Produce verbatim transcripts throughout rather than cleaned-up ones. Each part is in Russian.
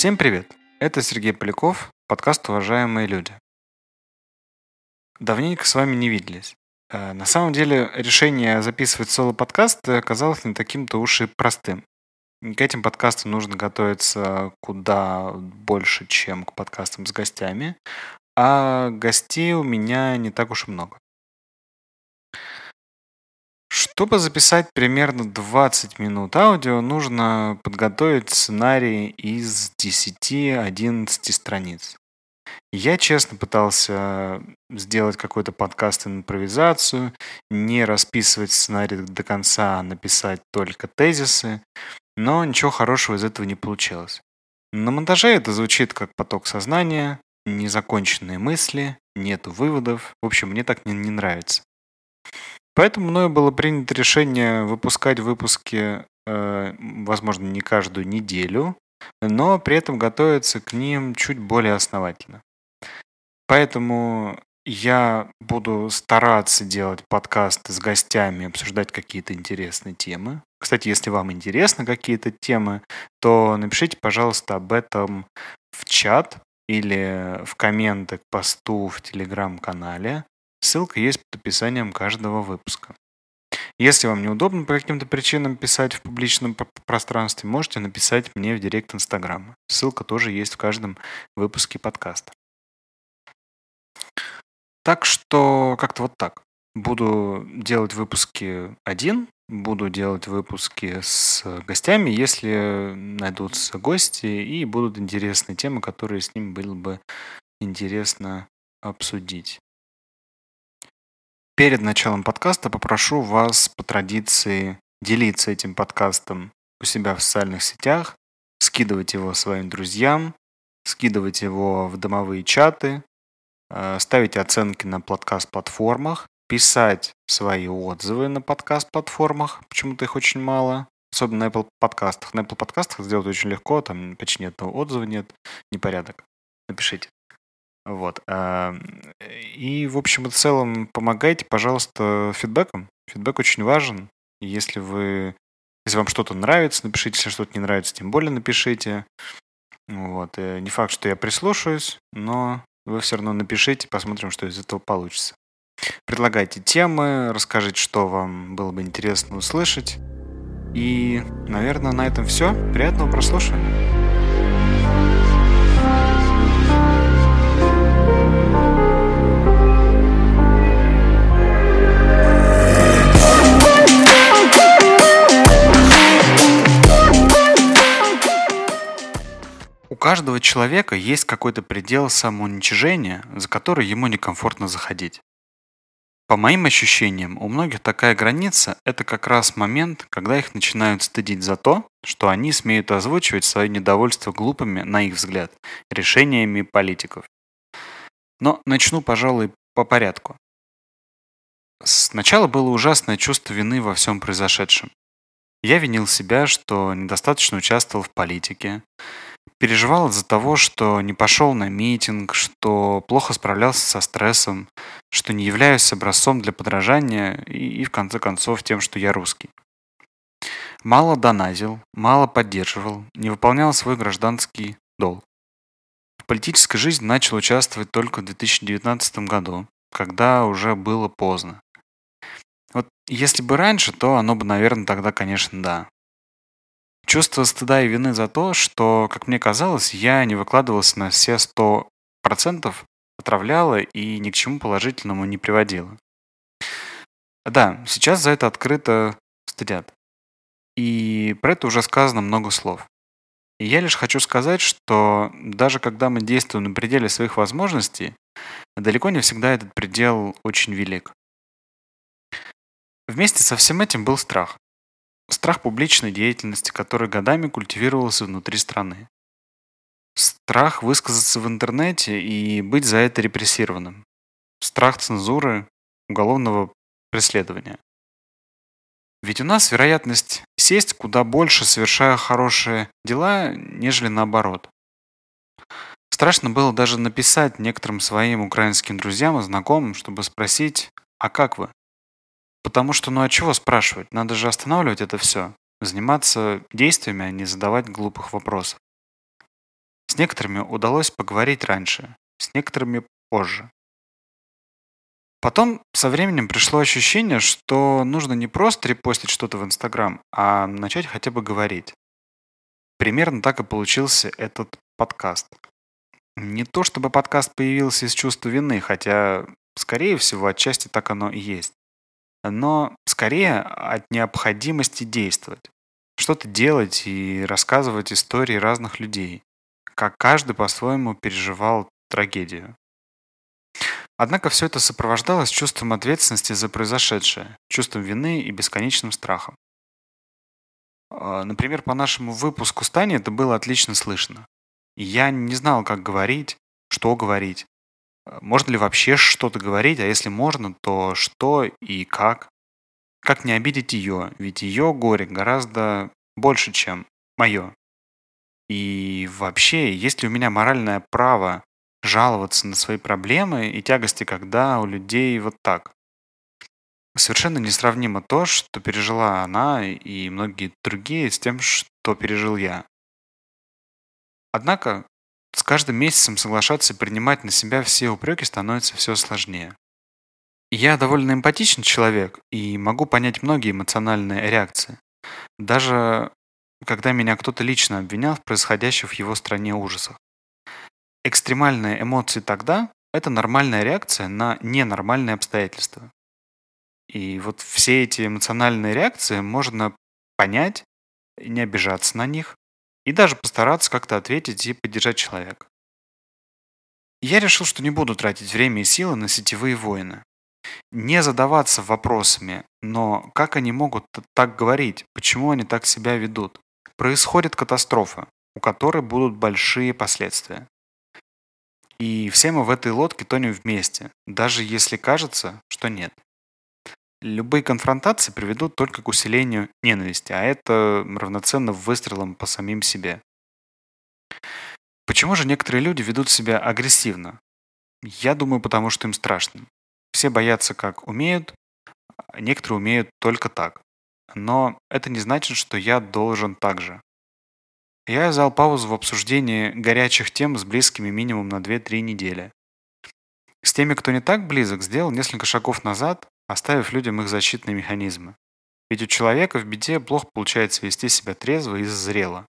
Всем привет! Это Сергей Поляков, подкаст «Уважаемые люди». Давненько с вами не виделись. Э, На самом деле решение записывать соло-подкаст оказалось не таким-то уж и простым. К этим подкастам нужно готовиться куда больше, чем к подкастам с гостями, а гостей у меня не так уж и много. Чтобы записать примерно двадцать минут аудио, нужно подготовить сценарий из десяти-одиннадцати страниц. Я честно пытался сделать какой-то подкаст и импровизацию, не расписывать сценарий до конца, а написать только тезисы, но ничего хорошего из этого не получилось. На монтаже это звучит как поток сознания, незаконченные мысли, нету выводов. В общем, мне так не, не нравится. Поэтому мною было принято решение выпускать выпуски, э, возможно, не каждую неделю, но при этом готовиться к ним чуть более основательно. Поэтому я буду стараться делать подкасты с гостями, обсуждать какие-то интересные темы. Кстати, если вам интересны какие-то темы, то напишите, пожалуйста, об этом в чат или в комменты к посту в телеграм-канале. Ссылка есть под описанием каждого выпуска. Если вам неудобно по каким-то причинам писать в публичном п- пространстве, можете написать мне в директ Инстаграма. Ссылка тоже есть в каждом выпуске подкаста. Так что как-то вот так. Буду делать выпуски один, буду делать выпуски с гостями, если найдутся гости и будут интересные темы, которые с ними было бы интересно обсудить. Перед началом подкаста попрошу вас по традиции делиться этим подкастом у себя в социальных сетях, скидывать его своим друзьям, скидывать его в домовые чаты, э, ставить оценки на подкаст-платформах, писать свои отзывы на подкаст-платформах, почему-то их очень мало, особенно на Apple подкастах. На Apple подкастах сделать очень легко, там почти ни одного отзыва нет, непорядок. Напишите. Вот. а, И, в общем и целом, помогайте, пожалуйста, фидбэком. Фидбэк очень важен. И Если вы, если вам что-то нравится, напишите, если что-то не нравится, тем более напишите. Вот. э, Не факт, что я прислушаюсь, но вы все равно напишите, посмотрим, что из этого получится. Предлагайте темы, расскажите, что вам было бы интересно услышать. И, наверное, на этом все. Приятного прослушивания. У каждого человека есть какой-то предел самоуничижения, за который ему некомфортно заходить. По моим ощущениям, у многих такая граница– это как раз момент, когда их начинают стыдить за то, что они смеют озвучивать свое недовольство глупыми, на их взгляд, решениями политиков. Но начну, пожалуй, по порядку. Сначала было ужасное чувство вины во всем произошедшем. Я винил себя, что недостаточно участвовал в политике, переживал из-за того, что не пошел на митинг, что плохо справлялся со стрессом, что не являюсь образцом для подражания и, и в конце концов тем, что я русский. Мало доназил, мало поддерживал, не выполнял свой гражданский долг. В политической жизни начал участвовать только в две тысячи девятнадцатом году, когда уже было поздно. Вот если бы раньше, то оно бы, наверное, тогда, конечно, да. Чувство стыда и вины за то, что, как мне казалось, я не выкладывался на все сто процентов, отравляло и ни к чему положительному не приводило. Да, сейчас за это открыто стыдят. И про это уже сказано много слов. И я лишь хочу сказать, что даже когда мы действуем на пределе своих возможностей, далеко не всегда этот предел очень велик. Вместе со всем этим был страх. Страх публичной деятельности, который годами культивировался внутри страны. Страх высказаться в интернете и быть за это репрессированным. Страх цензуры, уголовного преследования. Ведь у нас вероятность сесть куда больше, совершая хорошие дела, нежели наоборот. Страшно было даже написать некоторым своим украинским друзьям и знакомым, чтобы спросить, а как вы? Потому что, ну а чего спрашивать? Надо же останавливать это все. Заниматься действиями, а не задавать глупых вопросов. С некоторыми удалось поговорить раньше, с некоторыми позже. Потом со временем пришло ощущение, что нужно не просто репостить что-то в Инстаграм, а начать хотя бы говорить. Примерно так и получился этот подкаст. Не то чтобы подкаст появился из чувства вины, хотя, скорее всего, отчасти так оно и есть. Но скорее от необходимости действовать. Что-то делать и рассказывать истории разных людей, как каждый по-своему переживал трагедию. Однако все это сопровождалось чувством ответственности за произошедшее, чувством вины и бесконечным страхом. А, Например, по нашему выпуску с Таней это было отлично слышно. И я не знал, как говорить, что говорить. А, Можно ли вообще что-то говорить, а если можно, то что и как. Как не обидеть ее, ведь ее горе гораздо больше, чем мое. И вообще, есть ли у меня моральное право жаловаться на свои проблемы и тягости, когда у людей вот так? Совершенно несравнимо то, что пережила она и многие другие с тем, что пережил я. Однако, с каждым месяцем соглашаться и принимать на себя все упреки становится все сложнее. Я довольно эмпатичный человек и могу понять многие эмоциональные реакции. Даже когда меня кто-то лично обвинял в происходящем в его стране ужасах. Экстремальные эмоции тогда– это нормальная реакция на ненормальные обстоятельства. И вот все эти эмоциональные реакции можно понять, не обижаться на них и даже постараться как-то ответить и поддержать человека. Я решил, что не буду тратить время и силы на сетевые войны. Не задаваться вопросами, но как они могут т- так говорить, почему они так себя ведут. Происходит катастрофа, у которой будут большие последствия. И все мы в этой лодке тонем вместе, даже если кажется, что нет. Любые конфронтации приведут только к усилению ненависти, а это равноценно выстрелам по самим себе. Почему же некоторые люди ведут себя агрессивно? Я думаю, потому что им страшно. Все боятся как умеют, а некоторые умеют только так. Но это не значит, что я должен так же. Я взял паузу в обсуждении горячих тем с близкими минимум на две-три недели. С теми, кто не так близок, сделал несколько шагов назад, оставив людям их защитные механизмы. Ведь у человека в беде плохо получается вести себя трезво и зрело.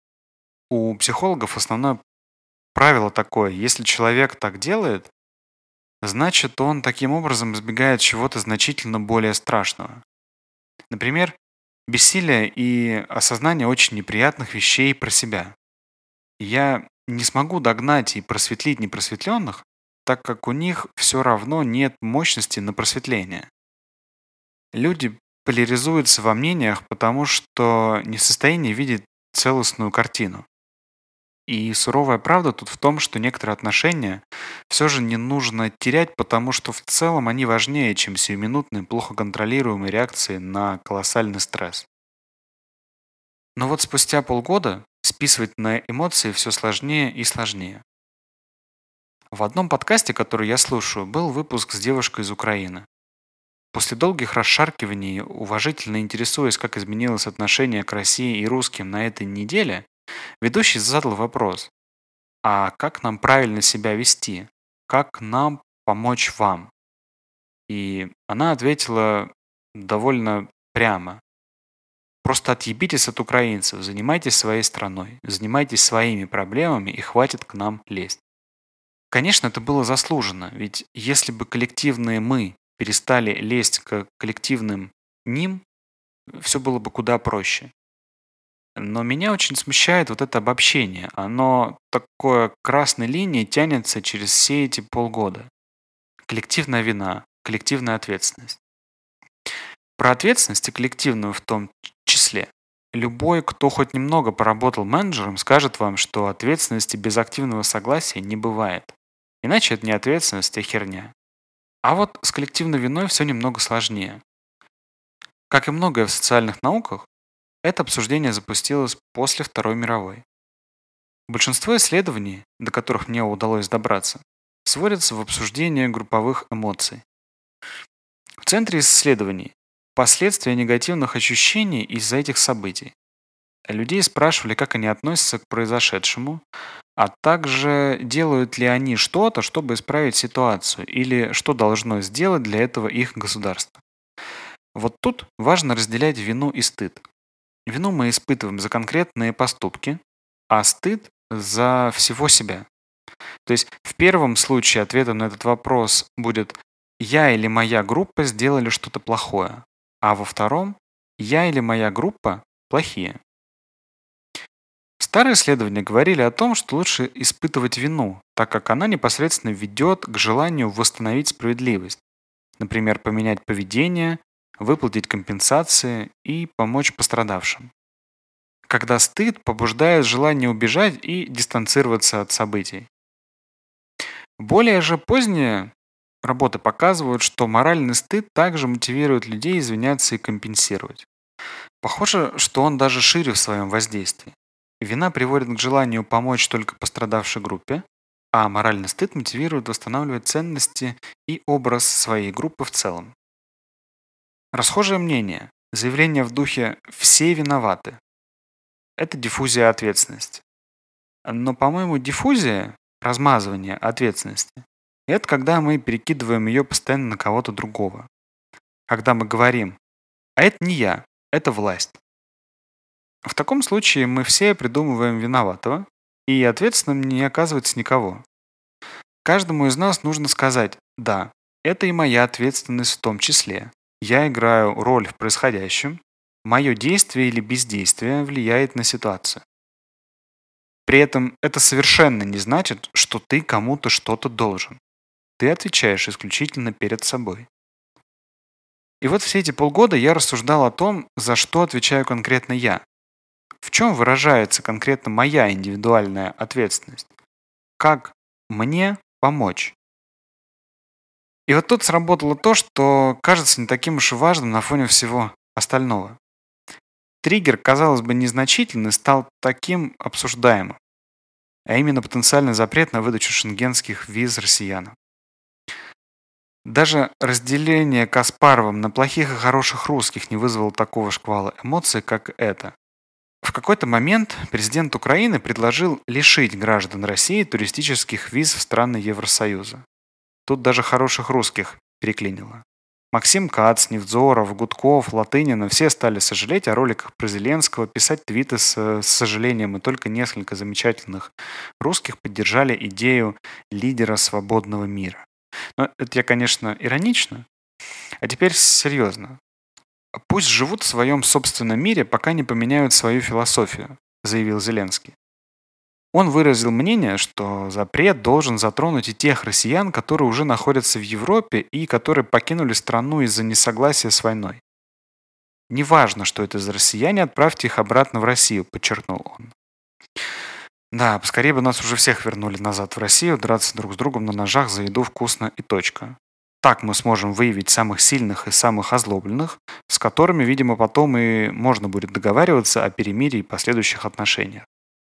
У психологов основное правило такое: если человек так делает, значит он таким образом избегает чего-то значительно более страшного. Например, бессилие и осознание очень неприятных вещей про себя. Я не смогу догнать и просветлить непросветленных, так как у них все равно нет мощности на просветление. Люди поляризуются во мнениях, потому что не в состоянии видеть целостную картину. И суровая правда тут в том, что некоторые отношения все же не нужно терять, потому что в целом они важнее, чем сиюминутные, плохо контролируемые реакции на колоссальный стресс. Но вот спустя полгода списывать на эмоции все сложнее и сложнее. В одном подкасте, который я слушаю, был выпуск с девушкой из Украины. После долгих расшаркиваний, уважительно интересуясь, как изменилось отношение к России и русским на этой неделе, ведущий задал вопрос: а как нам правильно себя вести? Как нам помочь вам? И она ответила довольно прямо: просто отъебитесь от украинцев, занимайтесь своей страной, занимайтесь своими проблемами и хватит к нам лезть. Конечно, это было заслуженно, ведь если бы коллективные «мы» перестали лезть к коллективным «ним», все было бы куда проще. Но меня очень смущает вот это обобщение. Оно такое красной линией тянется через все эти полгода. Коллективная вина, коллективная ответственность. Про ответственность и коллективную в том числе. Любой, кто хоть немного поработал менеджером, скажет вам, что ответственности без активного согласия не бывает. Иначе это не ответственность, а херня. А вот с коллективной виной все немного сложнее. Как и многое в социальных науках, это обсуждение запустилось после Второй мировой. Большинство исследований, до которых мне удалось добраться, сводятся в обсуждение групповых эмоций. В центре исследований– последствия негативных ощущений из-за этих событий. Людей спрашивали, как они относятся к произошедшему, а также делают ли они что-то, чтобы исправить ситуацию, или что должно сделать для этого их государство. Вот тут важно разделять вину и стыд. Вину мы испытываем за конкретные поступки, а стыд за всего себя. То есть в первом случае ответом на этот вопрос будет «я или моя группа сделали что-то плохое», а во втором «я или моя группа плохие». Старые исследования говорили о том, что лучше испытывать вину, так как она непосредственно ведет к желанию восстановить справедливость. Например, поменять поведение, выплатить компенсации и помочь пострадавшим. Когда стыд побуждает желание убежать и дистанцироваться от событий. Более же поздние работы показывают, что моральный стыд также мотивирует людей извиняться и компенсировать. Похоже, что он даже шире в своем воздействии. Вина приводит к желанию помочь только пострадавшей группе, а моральный стыд мотивирует восстанавливать ценности и образ своей группы в целом. Расхожее мнение, заявление в духе «все виноваты» – это диффузия ответственности. Но, по-моему, диффузия, размазывание ответственности, это когда мы перекидываем ее постоянно на кого-то другого. Когда мы говорим «а это не я, это власть». В таком случае мы все придумываем виноватого, и ответственным не оказывается никого. Каждому из нас нужно сказать «да, это и моя ответственность в том числе. Я играю роль в происходящем, мое действие или бездействие влияет на ситуацию». При этом это совершенно не значит, что ты кому-то что-то должен. Ты отвечаешь исключительно перед собой. И вот все эти полгода я рассуждал о том, за что отвечаю конкретно я. В чем выражается конкретно моя индивидуальная ответственность? Как мне помочь? И вот тут сработало то, что кажется не таким уж и важным на фоне всего остального. Триггер, казалось бы, незначительный, стал таким обсуждаемым, а именно потенциальный запрет на выдачу шенгенских виз россиянам. Даже разделение Каспаровым на плохих и хороших русских не вызвало такого шквала эмоций, как это. В какой-то момент президент Украины предложил лишить граждан России туристических виз в страны Евросоюза. Тут даже хороших русских переклинило. Максим Кац, Невзоров, Гудков, Латынина все стали сожалеть о роликах про Зеленского, писать твиты с, с сожалением, и только несколько замечательных русских поддержали идею лидера свободного мира. Но это я, конечно, иронично. А теперь серьезно. «Пусть живут в своем собственном мире, пока не поменяют свою философию», заявил Зеленский. Он выразил мнение, что запрет должен затронуть и тех россиян, которые уже находятся в Европе и которые покинули страну из-за несогласия с войной. «Неважно, что это за россияне, отправьте их обратно в Россию», подчеркнул он. Да, поскорее бы нас уже всех вернули назад в Россию, драться друг с другом на ножах за еду вкусно и точка. Так мы сможем выявить самых сильных и самых озлобленных, с которыми, видимо, потом и можно будет договариваться о перемирии и последующих отношениях.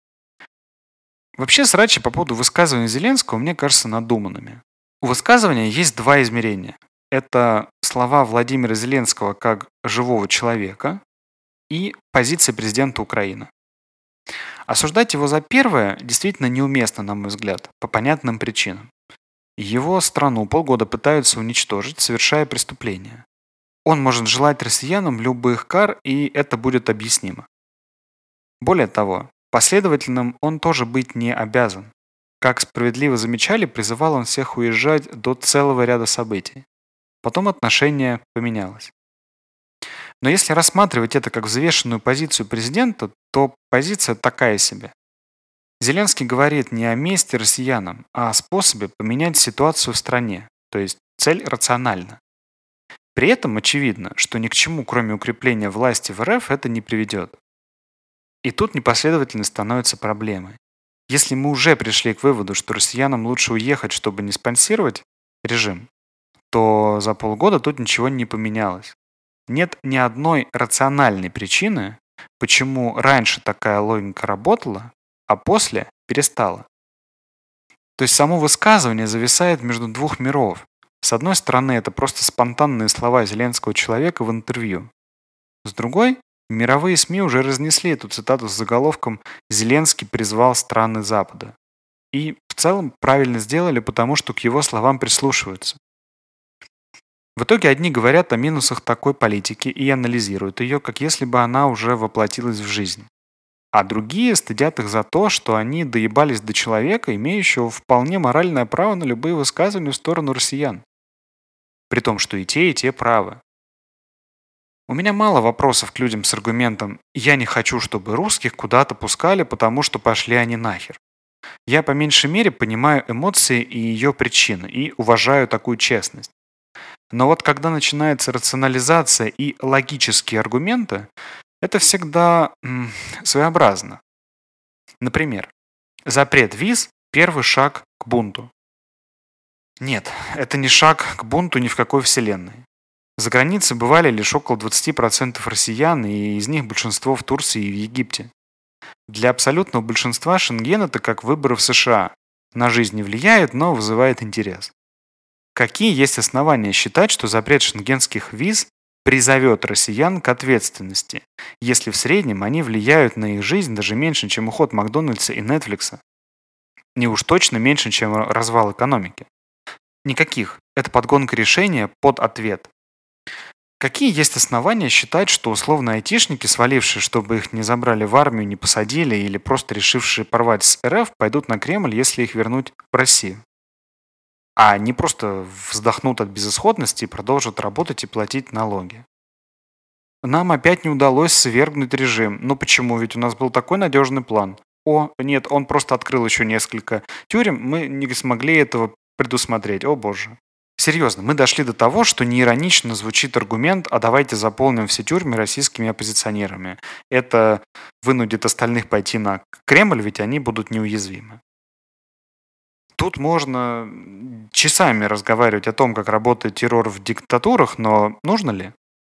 Вообще, срачи по поводу высказывания Зеленского мне кажутся надуманными. У высказывания есть два измерения. Это слова Владимира Зеленского как живого человека и позиция президента Украины. Осуждать его за первое действительно неуместно, на мой взгляд, по понятным причинам. Его страну полгода пытаются уничтожить, совершая преступления. Он может желать россиянам любых кар, и это будет объяснимо. Более того, последовательным он тоже быть не обязан. Как справедливо замечали, призывал он всех уезжать до целого ряда событий. Потом отношение поменялось. Но если рассматривать это как взвешенную позицию президента, то позиция такая себе. Зеленский говорит не о мести россиянам, а о способе поменять ситуацию в стране, то есть цель рациональна. При этом очевидно, что ни к чему, кроме укрепления власти в РФ, это не приведет. И тут непоследовательность становится проблемой. Если мы уже пришли к выводу, что россиянам лучше уехать, чтобы не спонсировать режим, то за полгода тут ничего не поменялось. Нет ни одной рациональной причины, почему раньше такая логика работала, а после перестала. То есть само высказывание зависает между двух миров. С одной стороны, это просто спонтанные слова Зеленского человека в интервью. С другой, мировые СМИ уже разнесли эту цитату с заголовком «Зеленский призвал страны Запада». И в целом правильно сделали, потому что к его словам прислушиваются. В итоге одни говорят о минусах такой политики и анализируют ее, как если бы она уже воплотилась в жизнь. А другие стыдят их за то, что они доебались до человека, имеющего вполне моральное право на любые высказывания в сторону россиян. При том, что и те, и те правы. У меня мало вопросов к людям с аргументом «я не хочу, чтобы русских куда-то пускали, потому что пошли они нахер». Я по меньшей мере понимаю эмоции и ее причины, и уважаю такую честность. Но вот когда начинается рационализация и логические аргументы, это всегда м, своеобразно. Например, запрет виз– первый шаг к бунту. Нет, это не шаг к бунту ни в какой вселенной. За границей бывали лишь около двадцать процентов россиян, и из них большинство в Турции и в Египте. Для абсолютного большинства Шенген это как выборы в США. На жизнь не влияет, но вызывает интерес. Какие есть основания считать, что запрет шенгенских виз призовет россиян к ответственности, если в среднем они влияют на их жизнь даже меньше, чем уход Макдональдса и Нетфликса? Не уж точно меньше, чем развал экономики. Никаких. Это подгонка решения под ответ. Какие есть основания считать, что условно айтишники, свалившие, чтобы их не забрали в армию, не посадили или просто решившие порвать с РФ, пойдут на Кремль, если их вернуть в Россию? А не просто вздохнут от безысходности и продолжат работать и платить налоги. Нам опять не удалось свергнуть режим. Ну почему? Ведь у нас был такой надежный план. О, нет, он просто открыл еще несколько тюрем, мы не смогли этого предусмотреть. О боже. Серьезно, мы дошли до того, что неиронично звучит аргумент «а давайте заполним все тюрьмы российскими оппозиционерами». Это вынудит остальных пойти на Кремль, ведь они будут неуязвимы. Тут можно часами разговаривать о том, как работает террор в диктатурах, но нужно ли?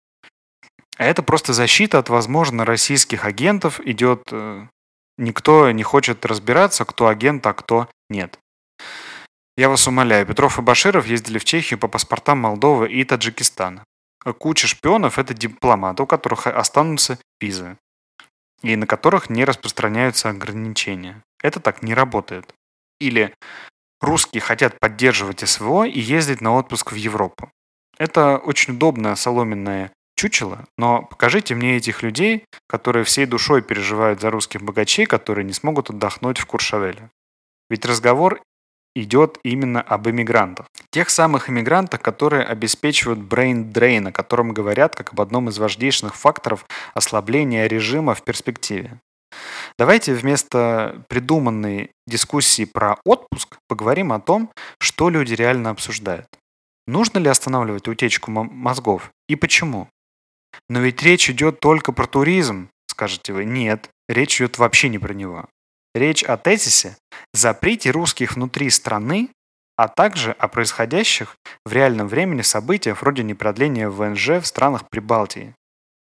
Это просто защита от, возможно, российских агентов. Идет, э, никто не хочет разбираться, кто агент, а кто нет. Я вас умоляю, Петров и Баширов ездили в Чехию по паспортам Молдовы и Таджикистана. Куча шпионов – это дипломаты, у которых останутся визы, и на которых не распространяются ограничения. Это так не работает. Или русские хотят поддерживать СВО и ездить на отпуск в Европу. Это очень удобное соломенное чучело, но покажите мне этих людей, которые всей душой переживают за русских богачей, которые не смогут отдохнуть в Куршавеле. Ведь разговор идет именно об иммигрантах. Тех самых иммигрантах, которые обеспечивают brain drain, о котором говорят как об одном из важнейших факторов ослабления режима в перспективе. Давайте вместо придуманной дискуссии про отпуск поговорим о том, что люди реально обсуждают. Нужно ли останавливать утечку мозгов и почему? Но ведь речь идет только про туризм, скажете вы. Нет, речь идет вообще не про него. Речь о тезисе «запрете русских внутри страны», а также о происходящих в реальном времени событиях вроде непродления ВНЖ в странах Прибалтии.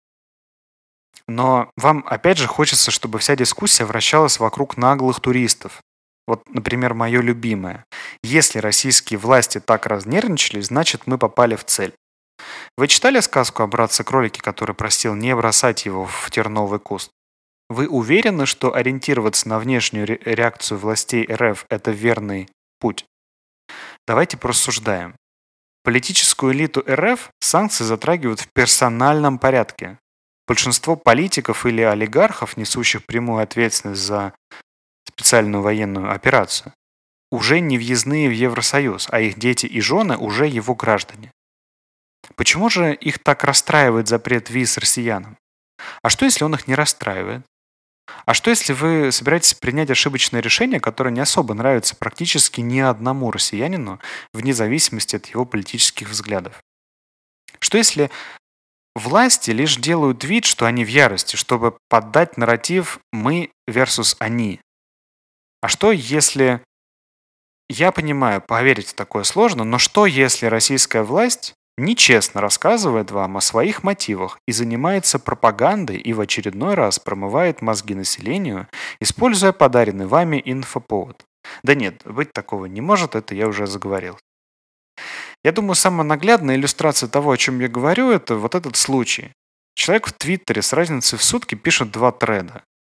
Но вам опять же хочется, чтобы вся дискуссия вращалась вокруг наглых туристов. Вот, например, мое любимое. Если российские власти так разнервничали, значит мы попали в цель. Вы читали сказку о братце-кролике, который просил не бросать его в терновый куст? Вы уверены, что ориентироваться на внешнюю ре- реакцию властей РФ – это верный путь? Давайте порассуждаем. Политическую элиту РФ санкции затрагивают в персональном порядке. Большинство политиков или олигархов, несущих прямую ответственность за специальную военную операцию, уже не въездные в Евросоюз, а их дети и жены уже его граждане. Почему же их так расстраивает запрет виз россиянам? А что, если он их не расстраивает? А что, если вы собираетесь принять ошибочное решение, которое не особо нравится практически ни одному россиянину, вне зависимости от его политических взглядов? Что, если власти лишь делают вид, что они в ярости, чтобы поддать нарратив «мы versus они»? А что, если... Я понимаю, поверить в такое сложно, но что, если российская власть нечестно рассказывает вам о своих мотивах и занимается пропагандой и в очередной раз промывает мозги населению, используя подаренный вами инфоповод? Да нет, быть такого не может, это я уже заговорил. Я думаю, самая наглядная иллюстрация того, о чем я говорю, это вот этот случай. Человек в Твиттере с разницей в сутки пишет два треда.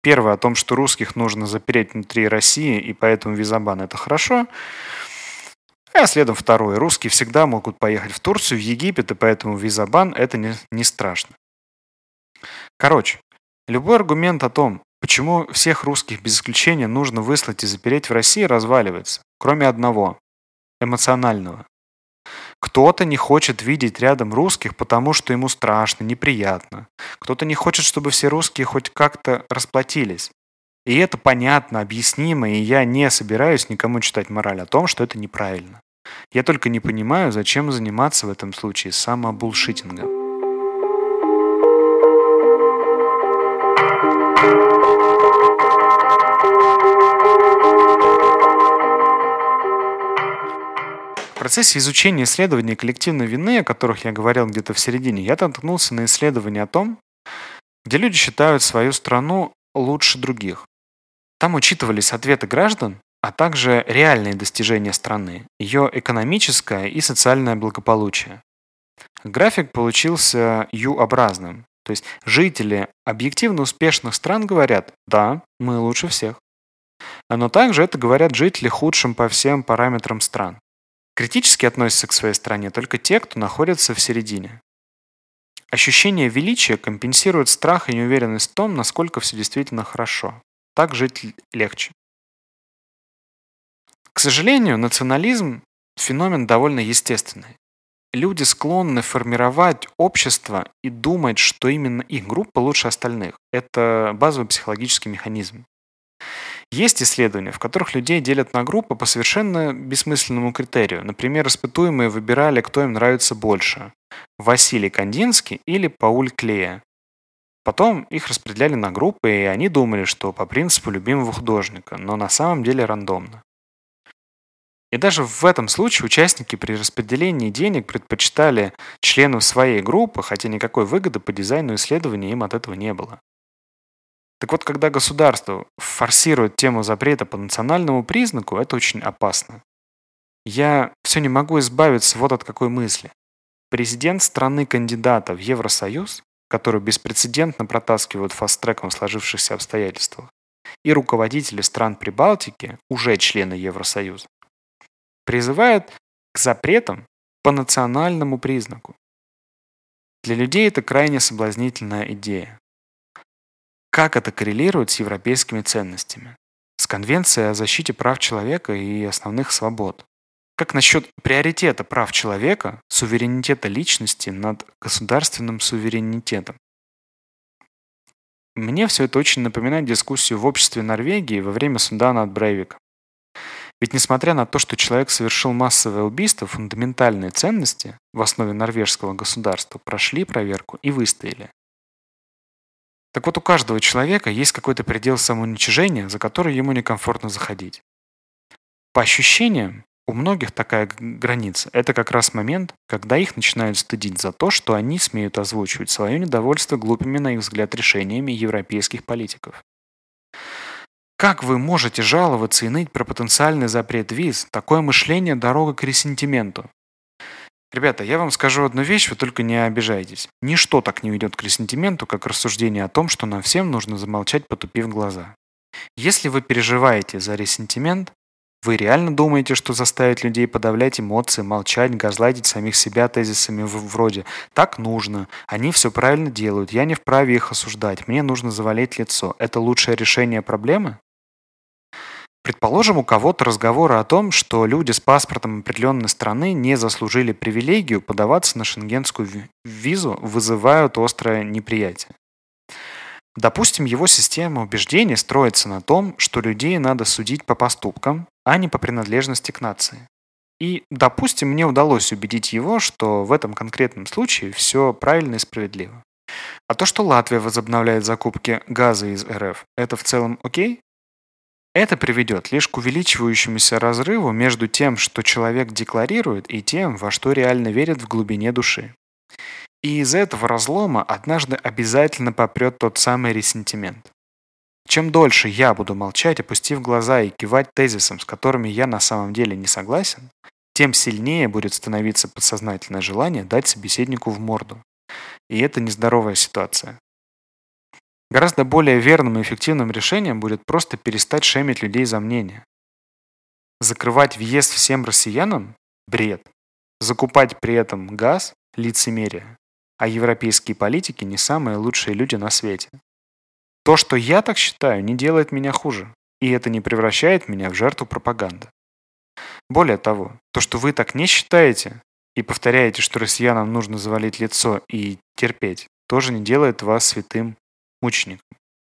Первое о том, что русских нужно запереть внутри России, и поэтому визабан — это хорошо. А следом второе. Русские всегда могут поехать в Турцию, в Египет, и поэтому визабан — это не, не страшно. Короче, любой аргумент о том, почему всех русских без исключения нужно выслать и запереть в России, разваливается. Кроме одного — эмоционального. Кто-то не хочет видеть рядом русских, потому что ему страшно, неприятно. Кто-то не хочет, чтобы все русские хоть как-то расплатились. И это понятно, объяснимо, и я не собираюсь никому читать мораль о том, что это неправильно. Я только не понимаю, зачем заниматься в этом случае самобулшитингом. В процессе изучения исследований коллективной вины, о которых я говорил где-то в середине, я наткнулся на исследование о том, где люди считают свою страну лучше других. Там учитывались ответы граждан, а также реальные достижения страны, ее экономическое и социальное благополучие. График получился U-образным, то есть жители объективно успешных стран говорят: да, мы лучше всех. Но также это говорят жители худшим по всем параметрам стран. Критически относятся к своей стране только те, кто находится в середине. Ощущение величия компенсирует страх и неуверенность в том, насколько все действительно хорошо. Так жить легче. К сожалению, национализм – феномен довольно естественный. Люди склонны формировать общество и думать, что именно их группа лучше остальных. Это базовый психологический механизм. Есть исследования, в которых людей делят на группы по совершенно бессмысленному критерию. Например, испытуемые выбирали, кто им нравится больше – Василий Кандинский или Пауль Клея. Потом их распределяли на группы, и они думали, что по принципу любимого художника, но на самом деле рандомно. И даже в этом случае участники при распределении денег предпочитали членов своей группы, хотя никакой выгоды по дизайну исследования им от этого не было. Так вот, когда государство форсирует тему запрета по национальному признаку, это очень опасно. Я все не могу избавиться вот от какой мысли. Президент страны-кандидата в Евросоюз, который беспрецедентно протаскивают фаст-треком в сложившихся обстоятельствах, и руководители стран Прибалтики, уже члены Евросоюза, призывают к запретам по национальному признаку. Для людей это крайне соблазнительная идея. Как это коррелирует с европейскими ценностями? С Конвенцией о защите прав человека и основных свобод? Как насчет приоритета прав человека, суверенитета личности над государственным суверенитетом? Мне все это очень напоминает дискуссию в обществе Норвегии во время суда над Брейвиком. Ведь несмотря на то, что человек совершил массовое убийство, фундаментальные ценности в основе норвежского государства прошли проверку и выстояли. Так вот, у каждого человека есть какой-то предел самоуничижения, за который ему некомфортно заходить. По ощущениям, у многих такая граница – это как раз момент, когда их начинают стыдить за то, что они смеют озвучивать свое недовольство глупыми, на их взгляд, решениями европейских политиков. Как вы можете жаловаться и ныть про потенциальный запрет виз? Такое мышление – дорога к ресентименту. Ребята, я вам скажу одну вещь, вы только не обижайтесь. Ничто так не ведет к ресентименту, как рассуждение о том, что нам всем нужно замолчать, потупив глаза. Если вы переживаете за ресентимент, вы реально думаете, что заставить людей подавлять эмоции, молчать, газлайтить самих себя тезисами вроде «так нужно», «они все правильно делают», «я не вправе их осуждать», «мне нужно завалить лицо» — это лучшее решение проблемы? Предположим, у кого-то разговоры о том, что люди с паспортом определенной страны не заслужили привилегию подаваться на шенгенскую визу, вызывают острое неприятие. Допустим, его система убеждений строится на том, что людей надо судить по поступкам, а не по принадлежности к нации. И, допустим, мне удалось убедить его, что в этом конкретном случае все правильно и справедливо. А то, что Латвия возобновляет закупки газа из эр эф, это в целом окей? Это приведет лишь к увеличивающемуся разрыву между тем, что человек декларирует, и тем, во что реально верит в глубине души. И из этого разлома однажды обязательно попрет тот самый ресентимент. Чем дольше я буду молчать, опустив глаза и кивать тезисам, с которыми я на самом деле не согласен, тем сильнее будет становиться подсознательное желание дать собеседнику в морду. И это нездоровая ситуация. Гораздо более верным и эффективным решением будет просто перестать шеймить людей за мнение. Закрывать въезд всем россиянам – бред. Закупать при этом газ – лицемерие. А европейские политики не самые лучшие люди на свете. То, что я так считаю, не делает меня хуже. И это не превращает меня в жертву пропаганды. Более того, то, что вы так не считаете и повторяете, что россиянам нужно завалить лицо и терпеть, тоже не делает вас святым мучеником.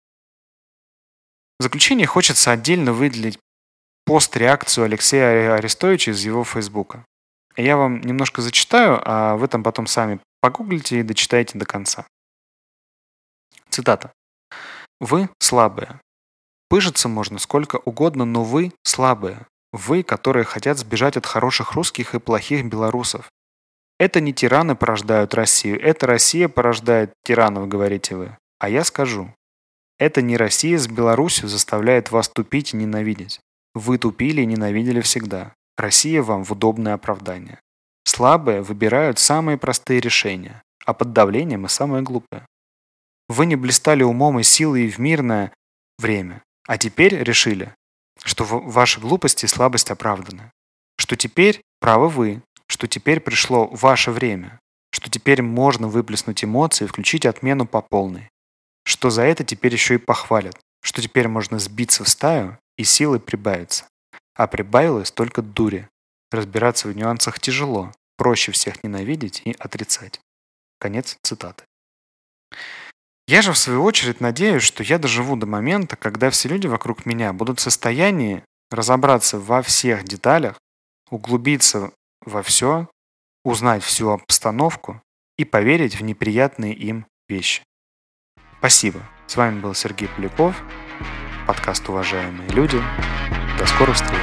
В заключение хочется отдельно выделить пост-реакцию Алексея Арестовича из его фейсбука. Я вам немножко зачитаю, а вы там потом сами погуглите и дочитайте до конца. Цитата. «Вы слабые. Пыжиться можно сколько угодно, но вы слабые. Вы, которые хотят сбежать от хороших русских и плохих белорусов. Это не тираны порождают Россию, это Россия порождает тиранов, говорите вы. А я скажу. Это не Россия с Беларусью заставляет вас тупить и ненавидеть. Вы тупили и ненавидели всегда. Россия вам в удобное оправдание. Слабые выбирают самые простые решения, а под давлением и самые глупые. Вы не блистали умом и силой в мирное время, а теперь решили, что ваши глупости и слабость оправданы, что теперь правы вы, что теперь пришло ваше время, что теперь можно выплеснуть эмоции и включить отмену по полной, что за это теперь еще и похвалят, что теперь можно сбиться в стаю и силы прибавиться. А прибавилось только дури. Разбираться в нюансах тяжело, проще всех ненавидеть и отрицать». Конец цитаты. Я же, в свою очередь, надеюсь, что я доживу до момента, когда все люди вокруг меня будут в состоянии разобраться во всех деталях, углубиться во все, узнать всю обстановку и поверить в неприятные им вещи. Спасибо. С вами был Сергей Поляков, подкаст «Уважаемые люди». До скорых встреч.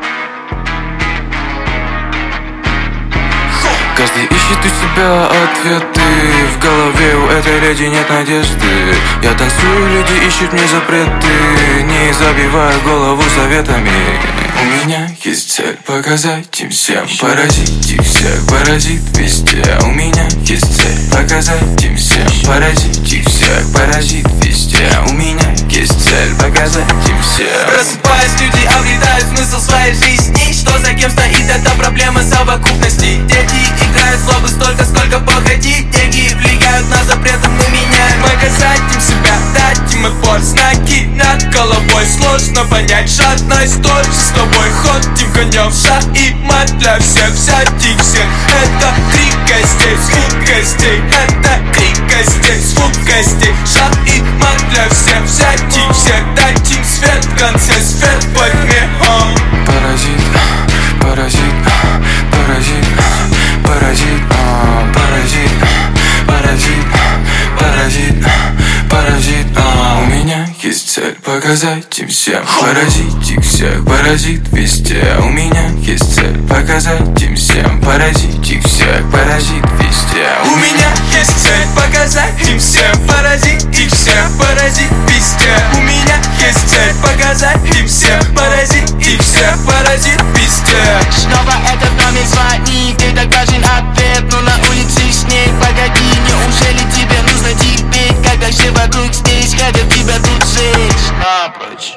Каждый ищет у себя ответы. В голове у этой леди нет надежды. Я танцую, люди ищут мне запреты. Не забиваю голову советами. У меня есть цель показать им всем, поразить их всех, поразит везде. У меня есть цель показать им всем, поразить их всех, поразит везде. У меня есть цель показать им всем. Просыпаясь, люди обретают смысл своей жизни. Что за кем стоит, это проблема совокупности. Дети играют злобы столько, сколько похотеть. Деньги влияют на запреты, мы меняем. Показать им себя, дать им отпор. Знаки над головой, сложно понять. Жадность тоже с тобой. Ходим конем, шаг и мат для всех. Взять их всех, это крик гостей, звук гостей. Это крик гостей, звук гостей. Шаг и мат для всех. Взять их всех, дать им свет в конце, свет во тьме. Паразит, паразит, паразит, паразит, паразит, паразит, паразит, паразит. У меня есть цель показать им всем, поразить их всех, паразит везде. У меня есть цель показать им всем, поразить их всех, паразит везде. У меня есть цель показать им всем, поразить их всех, паразит везде. У меня есть цель показать им всем, поразить их всех, паразит везде. Снова этот номер звонит, где-то важен ответ, но на улице снег. Погоди, неужели тебе нужно теперь, когда все вокруг здесь хотят тебя тут сжечь напрочь?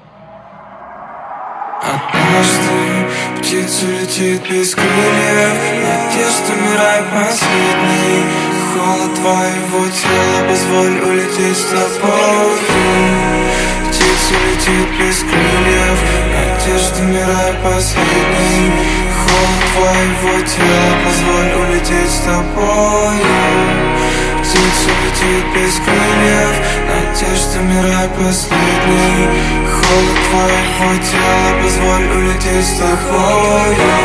Однажды птица летит без крыльев, надежда умирает последней. Холод твоего тела, позволь улететь с тобою. Птица летит без крыльев, надежда умирает последней. Холод твоего тела, позволь улететь с тобою. Птица летит без крыльев, надежда умирает последней. Холод твоего тела, позволь улететь с тобою.